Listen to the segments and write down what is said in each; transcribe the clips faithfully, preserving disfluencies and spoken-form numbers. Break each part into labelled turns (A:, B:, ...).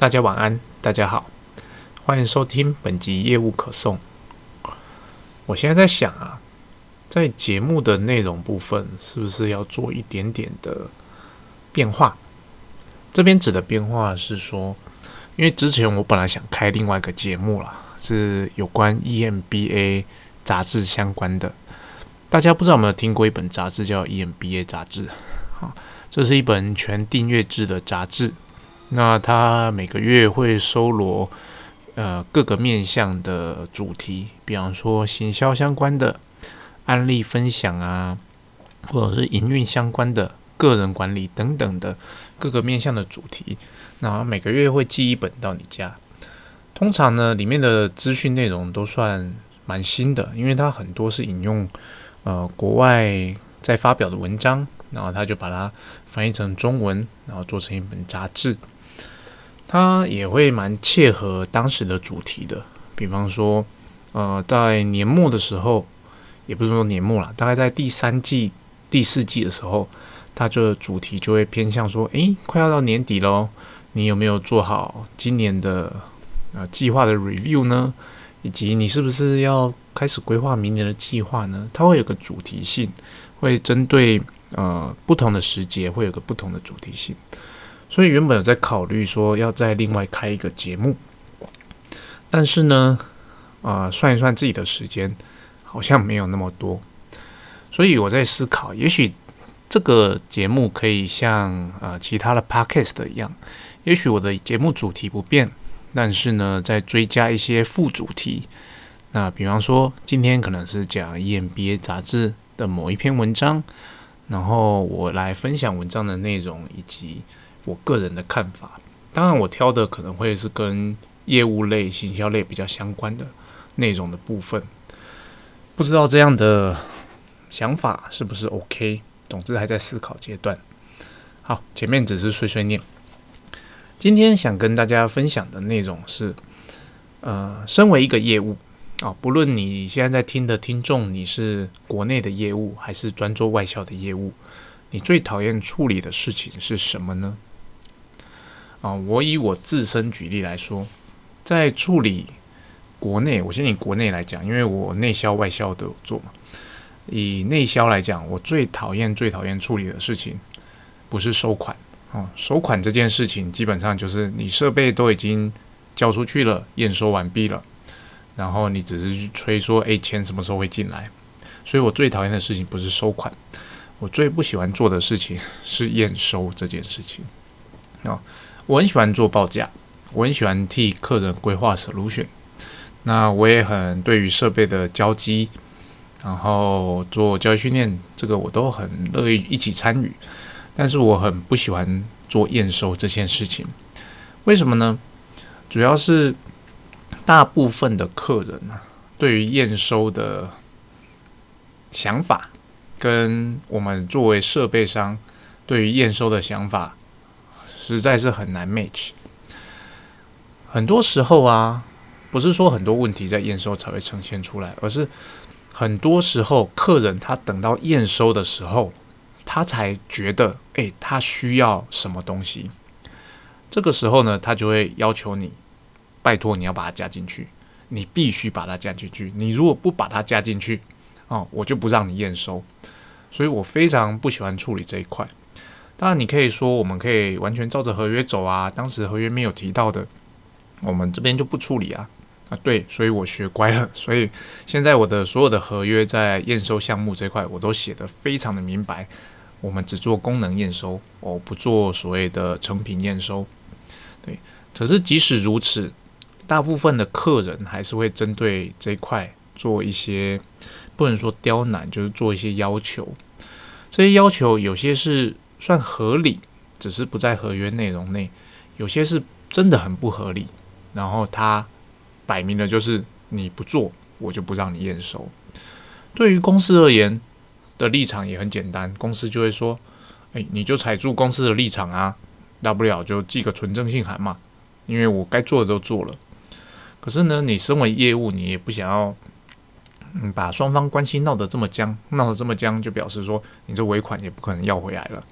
A: 大家晚安，大家好，欢迎收听本集业务可颂。我现在在想啊，在节目的内容部分，是不是要做一点点的变化？这边指的变化是说，因为之前我本来想开另外一个节目啦，是有关 E M B A 杂志相关的。大家不知道有没有听过一本杂志叫 E M B A 杂志？好，这是一本全订阅制的杂志。那它每个月会收罗呃各个面向的主题，比方说行销相关的案例分享啊，或者是营运相关的个人管理等等的各个面向的主题。那每个月会寄一本到你家。通常呢，里面的资讯内容都算蛮新的，因为它很多是引用呃国外在发表的文章，然后他就把它翻译成中文，然后做成一本杂志。它也会蛮切合当时的主题的，比方说，呃，在年末的时候，也不是说年末啦，大概在第三季、第四季的时候，它这个主题就会偏向说，诶，快要到年底咯，你有没有做好今年的呃计划的 review 呢？以及你是不是要开始规划明年的计划呢？它会有个主题性，会针对呃不同的时节会有个不同的主题性。所以原本有在考虑说要再另外开一个节目，但是呢，呃，算一算自己的时间，好像没有那么多，所以我在思考，也许这个节目可以像呃其他的 podcast 一样，也许我的节目主题不变，但是呢，再追加一些副主题。那比方说，今天可能是讲 E M B A 杂志的某一篇文章，然后我来分享文章的内容以及我个人的看法。当然我挑的可能会是跟业务类、行销类比较相关的内容的部分。不知道这样的想法是不是 OK？ 总之还在思考阶段。好，前面只是碎碎念。今天想跟大家分享的内容是，呃，身为一个业务啊，不论你现在在听的听众，你是国内的业务还是专做外销的业务，你最讨厌处理的事情是什么呢？啊，我以我自身举例来说，在处理国内，我先以国内来讲，因为我内销外销都有做嘛。以内销来讲，我最讨厌最讨厌处理的事情，不是收款啊，收款这件事情基本上就是你设备都已经交出去了，验收完毕了，然后你只是去催说，哎，钱什么时候会进来？所以我最讨厌的事情不是收款，我最不喜欢做的事情是验收这件事情啊。我很喜欢做报价，我很喜欢替客人规划 solution。那我也很对于设备的交机，然后做教育训练，这个我都很乐意一起参与。但是我很不喜欢做验收这件事情，为什么呢？主要是大部分的客人啊，对于验收的想法，跟我们作为设备商对于验收的想法，实在是很难 match。很多时候啊，不是说很多问题在验收才会呈现出来，而是很多时候客人他等到验收的时候，他才觉得，哎，他需要什么东西。这个时候呢，他就会要求你，拜托你要把它加进去，你必须把它加进去。你如果不把它加进去，哦，我就不让你验收。所以我非常不喜欢处理这一块。当然，你可以说我们可以完全照着合约走啊，当时合约没有提到的，我们这边就不处理啊。啊，对，所以我学乖了。所以现在我的所有的合约在验收项目这块，我都写得非常的明白。我们只做功能验收，我不做所谓的成品验收。对，可是即使如此，大部分的客人还是会针对这一块做一些，不能说刁难，就是做一些要求。这些要求有些是算合理，只是不在合约内容内；有些是真的很不合理，然后他摆明了就是你不做，我就不让你验收。对于公司而言的立场也很简单，公司就会说，哎，你就踩住公司的立场啊，大不了就寄个存证信函嘛，因为我该做的都做了。可是呢，你身为业务，你也不想要嗯把双方关系闹得这么僵，闹得这么僵，就表示说你这尾款也不可能要回来了。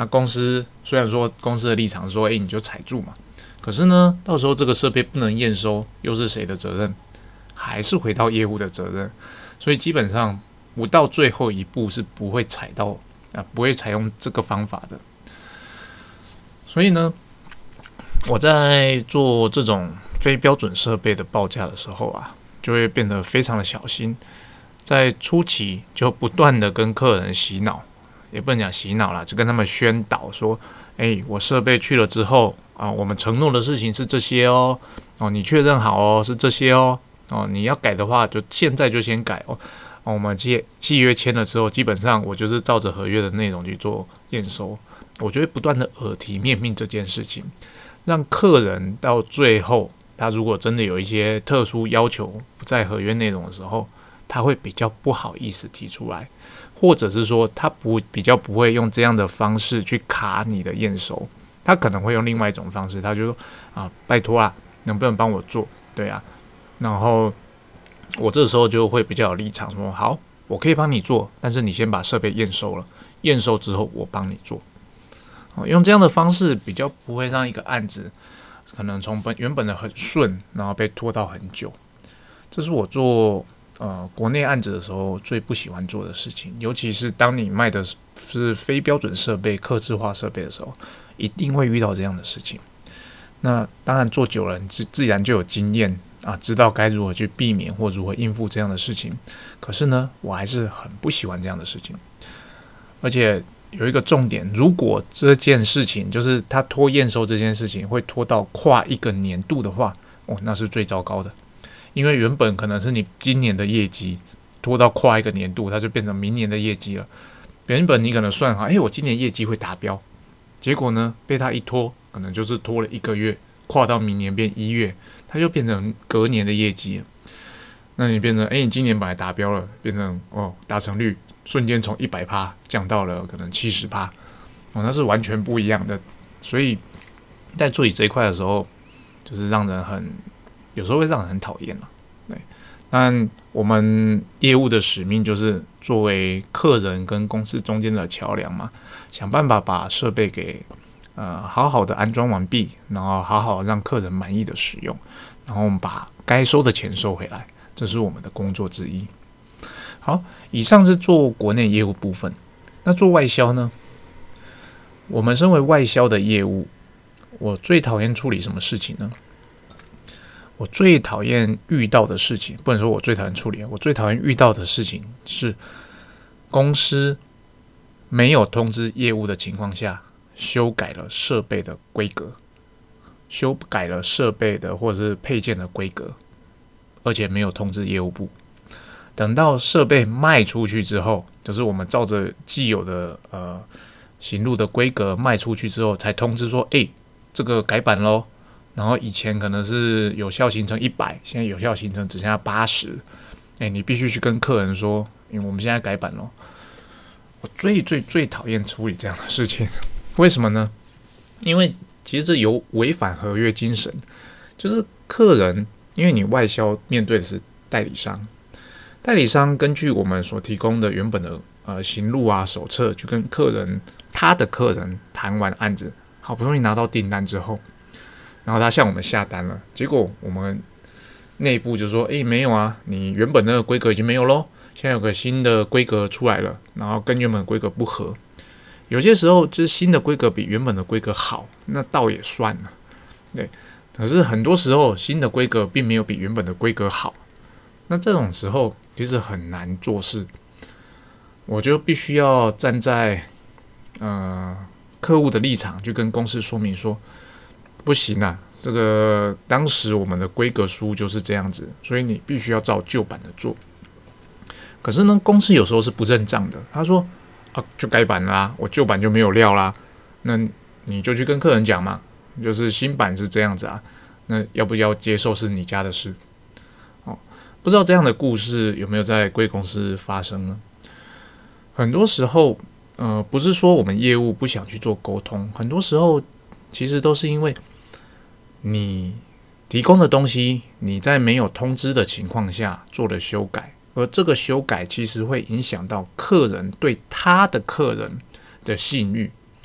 A: 那公司虽然说公司的立场说，哎，你就踩住嘛，可是呢，到时候这个设备不能验收，又是谁的责任？还是回到业务的责任。所以基本上不到最后一步是不会踩到啊，不会采用这个方法的。所以呢，我在做这种非标准设备的报价的时候啊，就会变得非常的小心。在初期就不断的跟客人洗脑，也不能讲洗脑啦，就跟他们宣导说，哎，我设备去了之后啊，我们承诺的事情是这些哦，哦，你确认好哦，是这些哦，哦，你要改的话就现在就先改哦。哦我们契契约签了之后，基本上我就是照着合约的内容去做验收。我就会不断的耳提面命这件事情，让客人到最后，他如果真的有一些特殊要求不在合约内容的时候，他会比较不好意思提出来，或者是说他不比较不会用这样的方式去卡你的验收，他可能会用另外一种方式，他就说啊，拜托啊，能不能帮我做？对啊，然后我这时候就会比较有立场说，好，我可以帮你做，但是你先把设备验收了，验收之后我帮你做。用这样的方式比较不会让一个案子可能从本原本的很顺，然后被拖到很久。这是我做呃国内案子的时候最不喜欢做的事情，尤其是当你卖的是非标准设备、客制化设备的时候，一定会遇到这样的事情。那当然做久了，你自自然就有经验啊，知道该如何去避免或如何应付这样的事情。可是呢，我还是很不喜欢这样的事情，而且有一个重点，如果这件事情就是他拖验收这件事情会拖到跨一个年度的话，哦，那是最糟糕的，因为原本可能是你今年的业绩，拖到跨一个年度，它就变成明年的业绩了。原本你可能算好，哎，我今年业绩会达标，结果呢被他一拖，可能就是拖了一个月，跨到明年变一月，它就变成隔年的业绩了。那你变成，哎，你今年本来达标了，变成哦达成率瞬间从 百分之百 降到了可能 百分之七十， 哦，那是完全不一样的。所以在处理这一块的时候，就是让人很有时候会让人很讨厌了。对，但我们业务的使命就是作为客人跟公司中间的桥梁嘛，想办法把设备给呃好好的安装完毕，然后好好让客人满意的使用，然后我们把该收的钱收回来，这是我们的工作之一。好，以上是做国内业务部分。那做外销呢？我们身为外销的业务，我最讨厌处理什么事情呢？我最讨厌遇到的事情，不能说我最讨厌处理，我最讨厌遇到的事情是公司没有通知业务的情况下，修改了设备的规格，修改了设备的或者是配件的规格，而且没有通知业务部。等到设备卖出去之后，就是我们照着既有的呃行路的规格卖出去之后，才通知说，哎，这个改版咯。然后以前可能是有效行程一百，现在有效行程只剩下八十。哎，你必须去跟客人说，因为我们现在改版咯。我最最最讨厌处理这样的事情，为什么呢？因为其实这有违反合约精神，就是客人，因为你外销面对的是代理商。代理商根据我们所提供的原本的呃行路啊手册，去跟客人他的客人谈完案子，好不容易拿到订单之后，然后他向我们下单了，结果我们内部就说，哎，没有啊，你原本那个规格已经没有咯，现在有个新的规格出来了，然后跟原本的规格不合。有些时候就是新的规格比原本的规格好，那倒也算了，对。可是很多时候新的规格并没有比原本的规格好。那这种时候其实很难做事，我就必须要站在呃客户的立场，去跟公司说明说，不行啊，这个当时我们的规格书就是这样子，所以你必须要照旧版的做。可是呢，公司有时候是不认账的，他说啊，就改版啦，我旧版就没有料啦，那你就去跟客人讲嘛，就是新版是这样子啊，那要不要接受是你家的事。不知道这样的故事有没有在贵公司发生呢？很多时候，呃，不是说我们业务不想去做沟通，很多时候其实都是因为你提供的东西，你在没有通知的情况下做了修改，而这个修改其实会影响到客人对他的客人的信誉。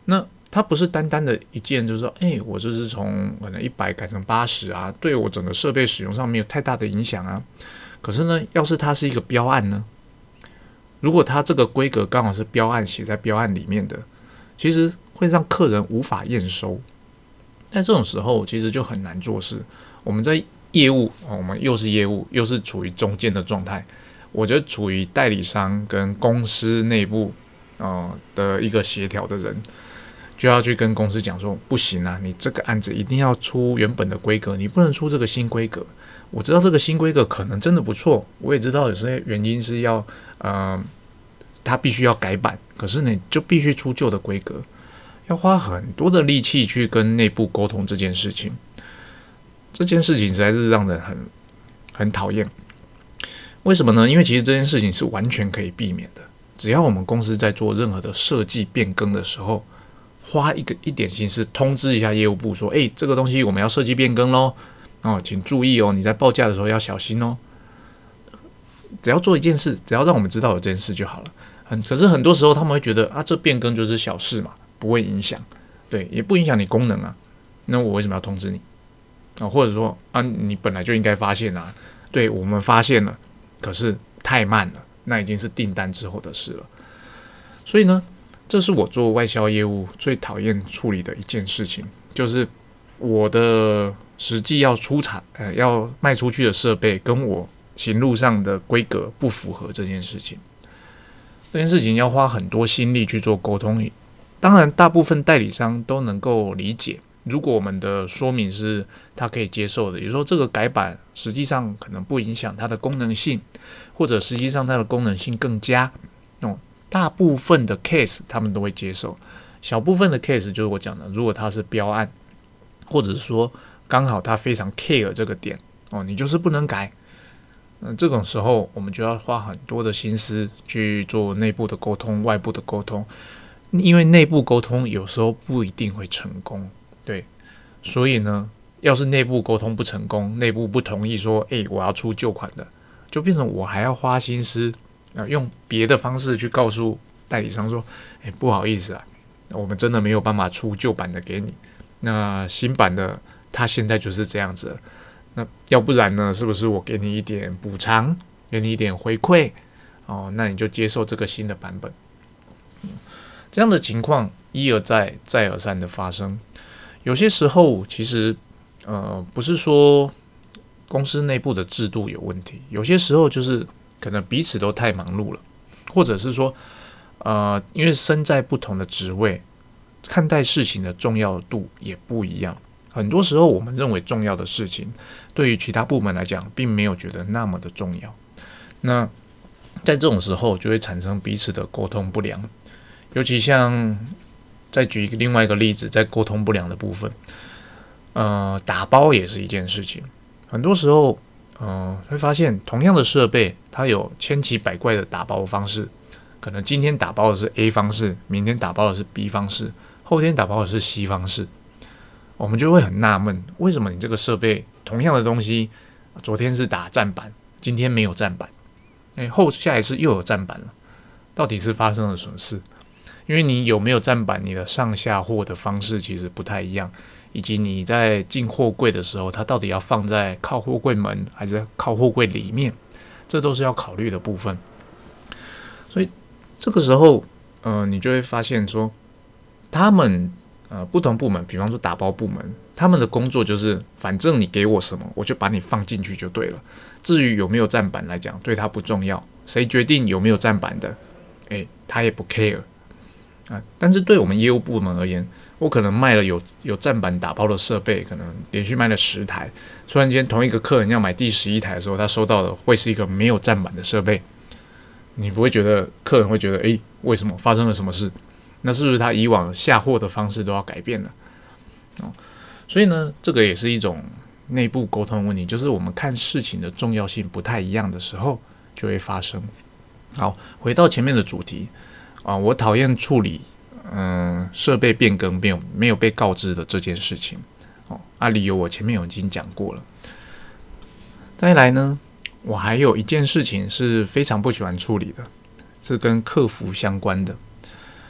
A: 那它不是单单的一件，就是说，哎，我就是从可能一百改成八十啊，对我整个设备使用上没有太大的影响啊。可是呢，要是它是一个标案呢，如果它这个规格刚好是标案写在标案里面的，其实会让客人无法验收。在这种时候，其实就很难做事。我们在业务，我们又是业务，又是处于中间的状态，我觉得处于代理商跟公司内部呃的一个协调的人，就要去跟公司讲说，不行啊，你这个案子一定要出原本的规格，你不能出这个新规格。我知道这个新规格可能真的不错，我也知道有些原因是要呃，它必须要改版，可是你就必须出旧的规格，要花很多的力气去跟内部沟通这件事情。这件事情实在是让人很很讨厌。为什么呢？因为其实这件事情是完全可以避免的，只要我们公司在做任何的设计变更的时候，花一个一点心思通知一下业务部说，哎，这个东西我们要设计变更咯，哦，请注意哦，你在报价的时候要小心哦。只要做一件事，只要让我们知道有这件事就好了。很可是很多时候他们会觉得啊，这变更就是小事嘛，不会影响，对，也不影响你功能啊。那我为什么要通知你啊？或者说啊，你本来就应该发现啊，对，我们发现了，可是太慢了，那已经是订单之后的事了。所以呢，这是我做外销业务最讨厌处理的一件事情，就是我的实际要出产、呃、要卖出去的设备跟我行路上的规格不符合这件事情。这件事情要花很多心力去做沟通，当然大部分代理商都能够理解，如果我们的说明是他可以接受的，也就是说这个改版实际上可能不影响它的功能性，或者实际上它的功能性更佳，哦，大部分的 case 他们都会接受。小部分的 case 就是我讲的，如果它是标案，或者是说刚好他非常 care 这个点，哦，你就是不能改。嗯，这种时候我们就要花很多的心思去做内部的沟通、外部的沟通，因为内部沟通有时候不一定会成功，对，所以呢，要是内部沟通不成功，内部不同意说，哎，我要出旧款的，就变成我还要花心思，呃，用别的方式去告诉代理商说，哎，不好意思啊，我们真的没有办法出旧版的给你，那新版的它现在就是这样子了。那要不然呢？是不是我给你一点补偿，给你一点回馈哦？那你就接受这个新的版本。嗯、这样的情况一而再、再而三的发生。有些时候其实呃不是说公司内部的制度有问题，有些时候就是可能彼此都太忙碌了，或者是说呃因为身在不同的职位，看待事情的重要度也不一样。很多时候我们认为重要的事情，对于其他部门来讲并没有觉得那么的重要，那在这种时候就会产生彼此的沟通不良。尤其像再举一个另外一个例子，在沟通不良的部分，呃，打包也是一件事情。很多时候呃会发现同样的设备它有千奇百怪的打包方式，可能今天打包的是 A 方式，明天打包的是 B 方式，后天打包的是 C 方式，我们就会很纳闷，为什么你这个设备同样的东西，昨天是打站板，今天没有站板，哎，后下一次又有站板了，到底是发生了什么事？因为你有没有站板，你的上下货的方式其实不太一样，以及你在进货柜的时候，它到底要放在靠货柜门还是靠货柜里面，这都是要考虑的部分。所以这个时候，呃，你就会发现说，他们。呃，不同部门，比方说打包部门，他们的工作就是，反正你给我什么，我就把你放进去就对了。至于有没有站板来讲，对他不重要，谁决定有没有站板的，哎，他也不 care 啊。但是对我们业务部门而言，我可能卖了有有站板打包的设备，可能连续卖了十台，突然间同一个客人要买第十一台的时候，他收到的会是一个没有站板的设备，你不会觉得客人会觉得，哎，为什么发生了什么事？那是不是他以往下货的方式都要改变了？哦，所以呢，这个也是一种内部沟通的问题，就是我们看事情的重要性不太一样的时候就会发生。好，回到前面的主题啊，我讨厌处理嗯设备变更没有没有被告知的这件事情。哦，啊，理由我前面已经讲过了。再来呢，我还有一件事情是非常不喜欢处理的，是跟客服相关的。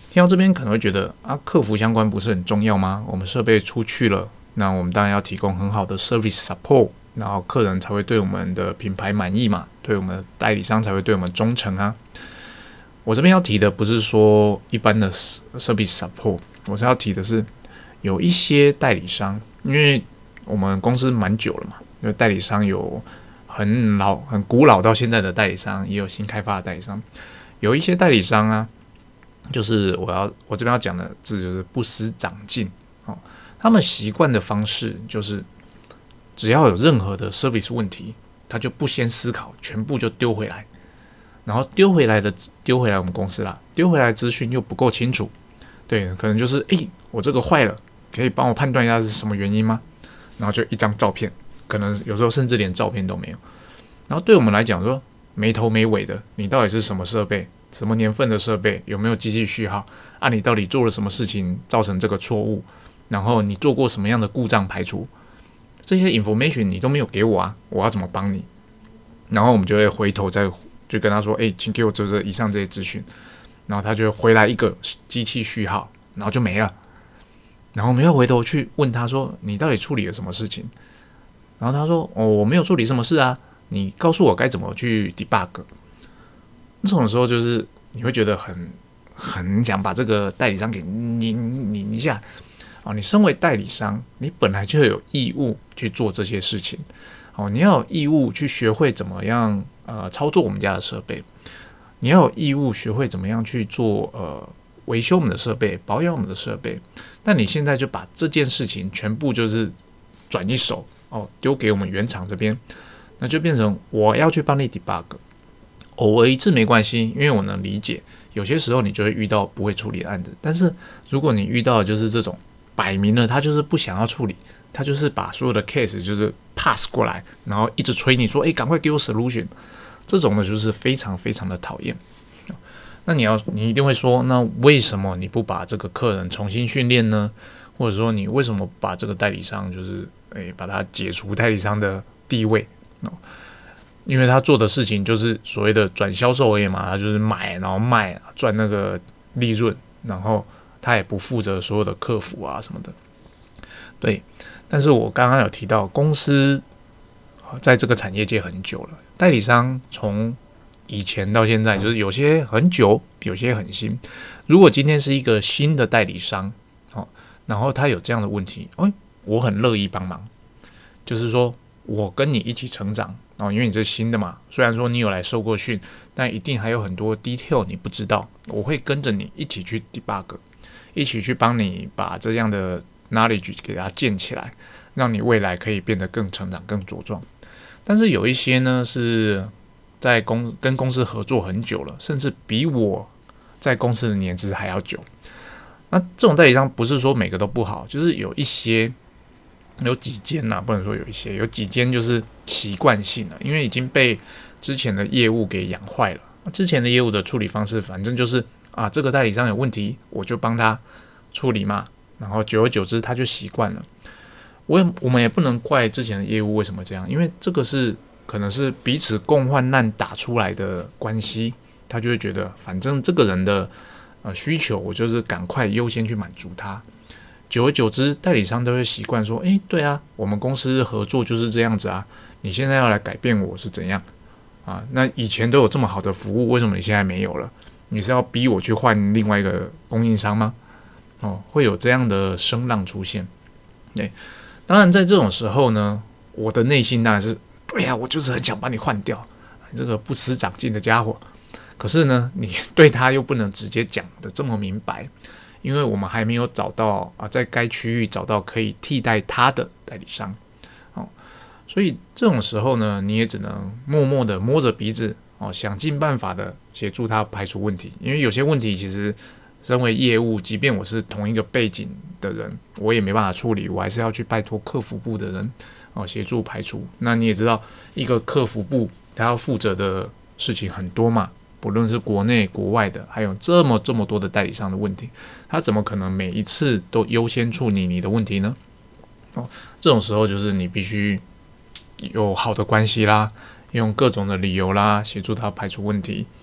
A: 听到这边可能会觉得啊，客服相关不是很重要吗？我们设备出去了，那我们当然要提供很好的 service support， 然后客人才会对我们的品牌满意嘛，对我们的代理商才会对我们忠诚啊。我这边要提的不是说一般的 service support， 我是要提的是有一些代理商，因为我们公司蛮久了嘛，因为代理商有很老、很古老到现在的代理商，也有新开发的代理商。有一些代理商啊，就是我要我这边要讲的字就是不思长进哦。他们习惯的方式就是，只要有任何的 service 问题，他就不先思考，全部就丢回来。然后丢回来的丢回来我们公司啦，丢回来的资讯又不够清楚，对，可能就是诶，我这个坏了，可以帮我判断一下是什么原因吗？然后就一张照片，可能有时候甚至连照片都没有。然后对我们来讲说没头没尾的，你到底是什么设备，什么年份的设备，有没有机器序号啊？你到底做了什么事情造成这个错误？然后你做过什么样的故障排除？这些 information 你都没有给我啊，我要怎么帮你？然后我们就会回头再。就跟他说，哎、欸，请给我这这以上这些资讯，然后他就回来一个机器序号，然后就没了。然后我们要回头去问他说，你到底处理了什么事情？然后他说，哦，我没有处理什么事啊，你告诉我该怎么去 debug。这种时候就是你会觉得很很想把这个代理商给拧拧一下哦。你身为代理商，你本来就有义务去做这些事情哦，你要有义务去学会怎么样。呃，操作我们家的设备，你要有义务学会怎么样去做呃维修我们的设备、保养我们的设备。但你现在就把这件事情全部就是转一手哦，丢给我们原厂这边，那就变成我要去帮你 debug。偶尔一次没关系，因为我能理解，有些时候你就会遇到不会处理的案子。但是如果你遇到的就是这种摆明了他就是不想要处理，他就是把所有的 case 就是 pass 过来，然后一直催你说，哎，赶快给我 solution。这种呢就是非常非常的讨厌。那你要你一定会说，那为什么你不把这个客人重新训练呢？或者说你为什么把这个代理商就是诶把他解除代理商的地位？因为他做的事情就是所谓的转销售而已嘛，他就是买然后卖赚那个利润，然后他也不负责所有的客服啊什么的。对，但是我刚刚有提到公司。在这个产业界很久了，代理商从以前到现在，就是有些很久，有些很新。如果今天是一个新的代理商，哦，然后他有这样的问题，哎，我很乐意帮忙。就是说我跟你一起成长哦，因为你是新的嘛，虽然说你有来受过训，但一定还有很多 detail 你不知道，我会跟着你一起去 debug， 一起去帮你把这样的 knowledge 给它建起来，让你未来可以变得更成长、更茁壮。但是有一些呢是在公跟公司合作很久了，甚至比我在公司的年资还要久。那这种代理商不是说每个都不好，就是有一些有几间呐、啊，不能说有一些，有几间就是习惯性的，因为已经被之前的业务给养坏了。之前的业务的处理方式，反正就是啊，这个代理商有问题，我就帮他处理嘛，然后久而久之他就习惯了。我也我们也不能怪之前的业务为什么这样，因为这个是可能是彼此共患难打出来的关系，他就会觉得反正这个人的呃需求，我就是赶快优先去满足他。久而久之，代理商都会习惯说，诶，对啊，我们公司合作就是这样子啊，你现在要来改变我是怎样啊？那以前都有这么好的服务，为什么你现在没有了？你是要逼我去换另外一个供应商吗？哦，会有这样的声浪出现。对。当然，在这种时候呢，我的内心当然是，对呀、啊，我就是很想把你换掉，这个不思长进的家伙。可是呢，你对他又不能直接讲的这么明白，因为我们还没有找到啊，在该区域找到可以替代他的代理商。哦，所以这种时候呢，你也只能默默的摸着鼻子哦，想尽办法的协助他排除问题，因为有些问题其实。身为业务，即便我是同一个背景的人，我也没办法处理，我还是要去拜托客服部的人哦协助排除。那你也知道，一个客服部他要负责的事情很多嘛，不论是国内国外的，还有这么这么多的代理商的问题，他怎么可能每一次都优先处理你的问题呢？哦，这种时候就是你必须有好的关系啦，用各种的理由啦，协助他排除问题。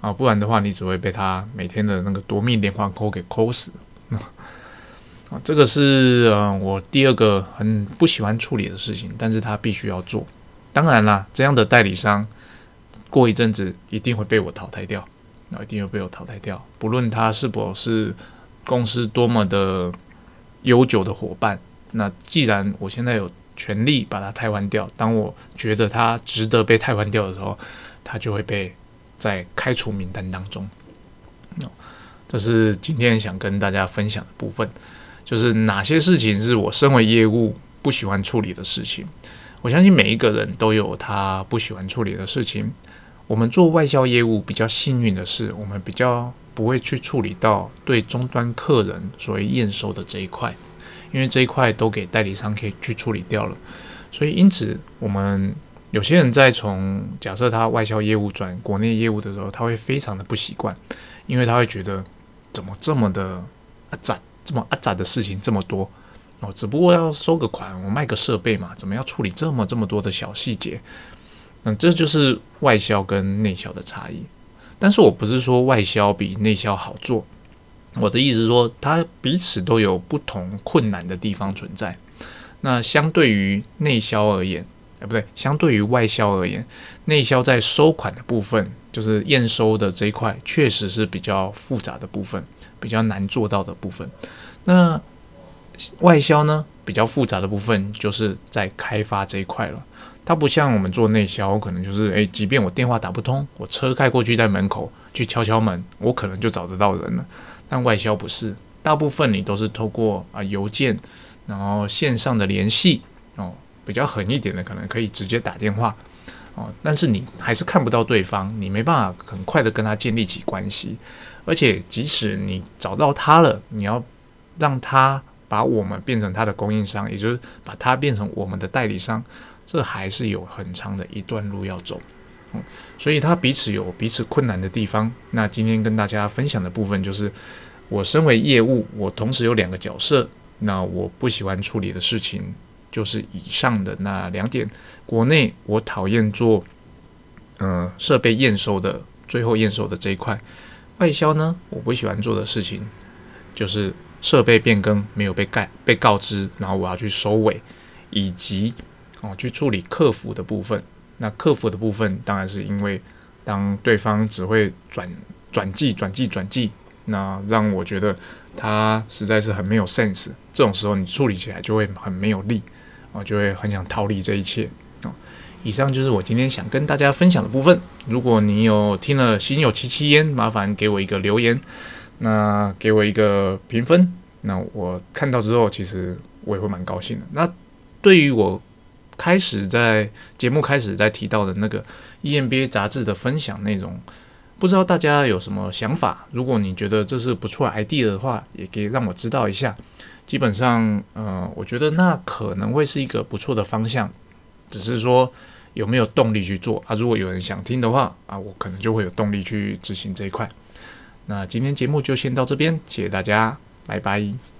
A: 啊，不然的话你只会被他每天的那个夺命连环扣给扣死。啊，这个是呃我第二个很不喜欢处理的事情，但是他必须要做。当然啦，这样的代理商过一阵子一定会被我淘汰掉，啊，一定会被我淘汰掉。不论他是否是公司多么的悠久的伙伴，那既然我现在有权利把他汰换掉，当我觉得他值得被汰换掉的时候，他就会被在开除名单当中。这是今天想跟大家分享的部分。就是哪些事情是我身为业务不喜欢处理的事情。我相信每一个人都有他不喜欢处理的事情。我们做外销业务比较幸运的是，我们比较不会去处理到对终端客人所谓验收的这一块，因为这一块都给代理商可以去处理掉了。所以因此我们有些人在从假设他外销业务转国内业务的时候，他会非常的不习惯，因为他会觉得怎么这么的啊杂这么阿杂的事情这么多哦，只不过要收个款，我卖个设备嘛，怎么要处理这么这么多的小细节？嗯，这就是外销跟内销的差异。但是我不是说外销比内销好做，我的意思是说，它彼此都有不同困难的地方存在。那相对于内销而言，哎，不对，相对于外销而言，内销在收款的部分，就是验收的这一块，确实是比较复杂的部分，比较难做到的部分。那外销呢，比较复杂的部分就是在开发这一块了。它不像我们做内销，可能就是诶，即便我电话打不通，我车开过去在门口去敲敲门，我可能就找得到人了。但外销不是，大部分你都是透过啊邮件，然后线上的联系哦，比较狠一点的，可能可以直接打电话哦，但是你还是看不到对方，你没办法很快的跟他建立起关系。而且即使你找到他了，你要让他把我们变成他的供应商，也就是把他变成我们的代理商，这还是有很长的一段路要走。嗯，所以他彼此有彼此困难的地方。那今天跟大家分享的部分就是，我身为业务，我同时有两个角色，那我不喜欢处理的事情就是以上的那两点。国内我讨厌做呃设备验收的最后验收的这一块。外销呢，我不喜欢做的事情就是设备变更没有被盖被告知，然后我要去收尾，以及哦去处理客服的部分。那客服的部分当然是因为当对方只会转转寄转寄转寄，那让我觉得他实在是很没有 sense。这种时候你处理起来就会很没有力，哦，就会很想逃离这一切。哦，以上就是我今天想跟大家分享的部分。如果你有听了心有戚戚焉，麻烦给我一个留言，那给我一个评分。那我看到之后，其实我也会蛮高兴的。那对于我开始在节目开始在提到的那个 E M B A 杂志的分享内容，不知道大家有什么想法？如果你觉得这是不错的 idea 的话，也可以让我知道一下。基本上，呃，我觉得那可能会是一个不错的方向，只是说有没有动力去做啊？如果有人想听的话啊，我可能就会有动力去执行这一块。那今天节目就先到这边，谢谢大家，拜拜。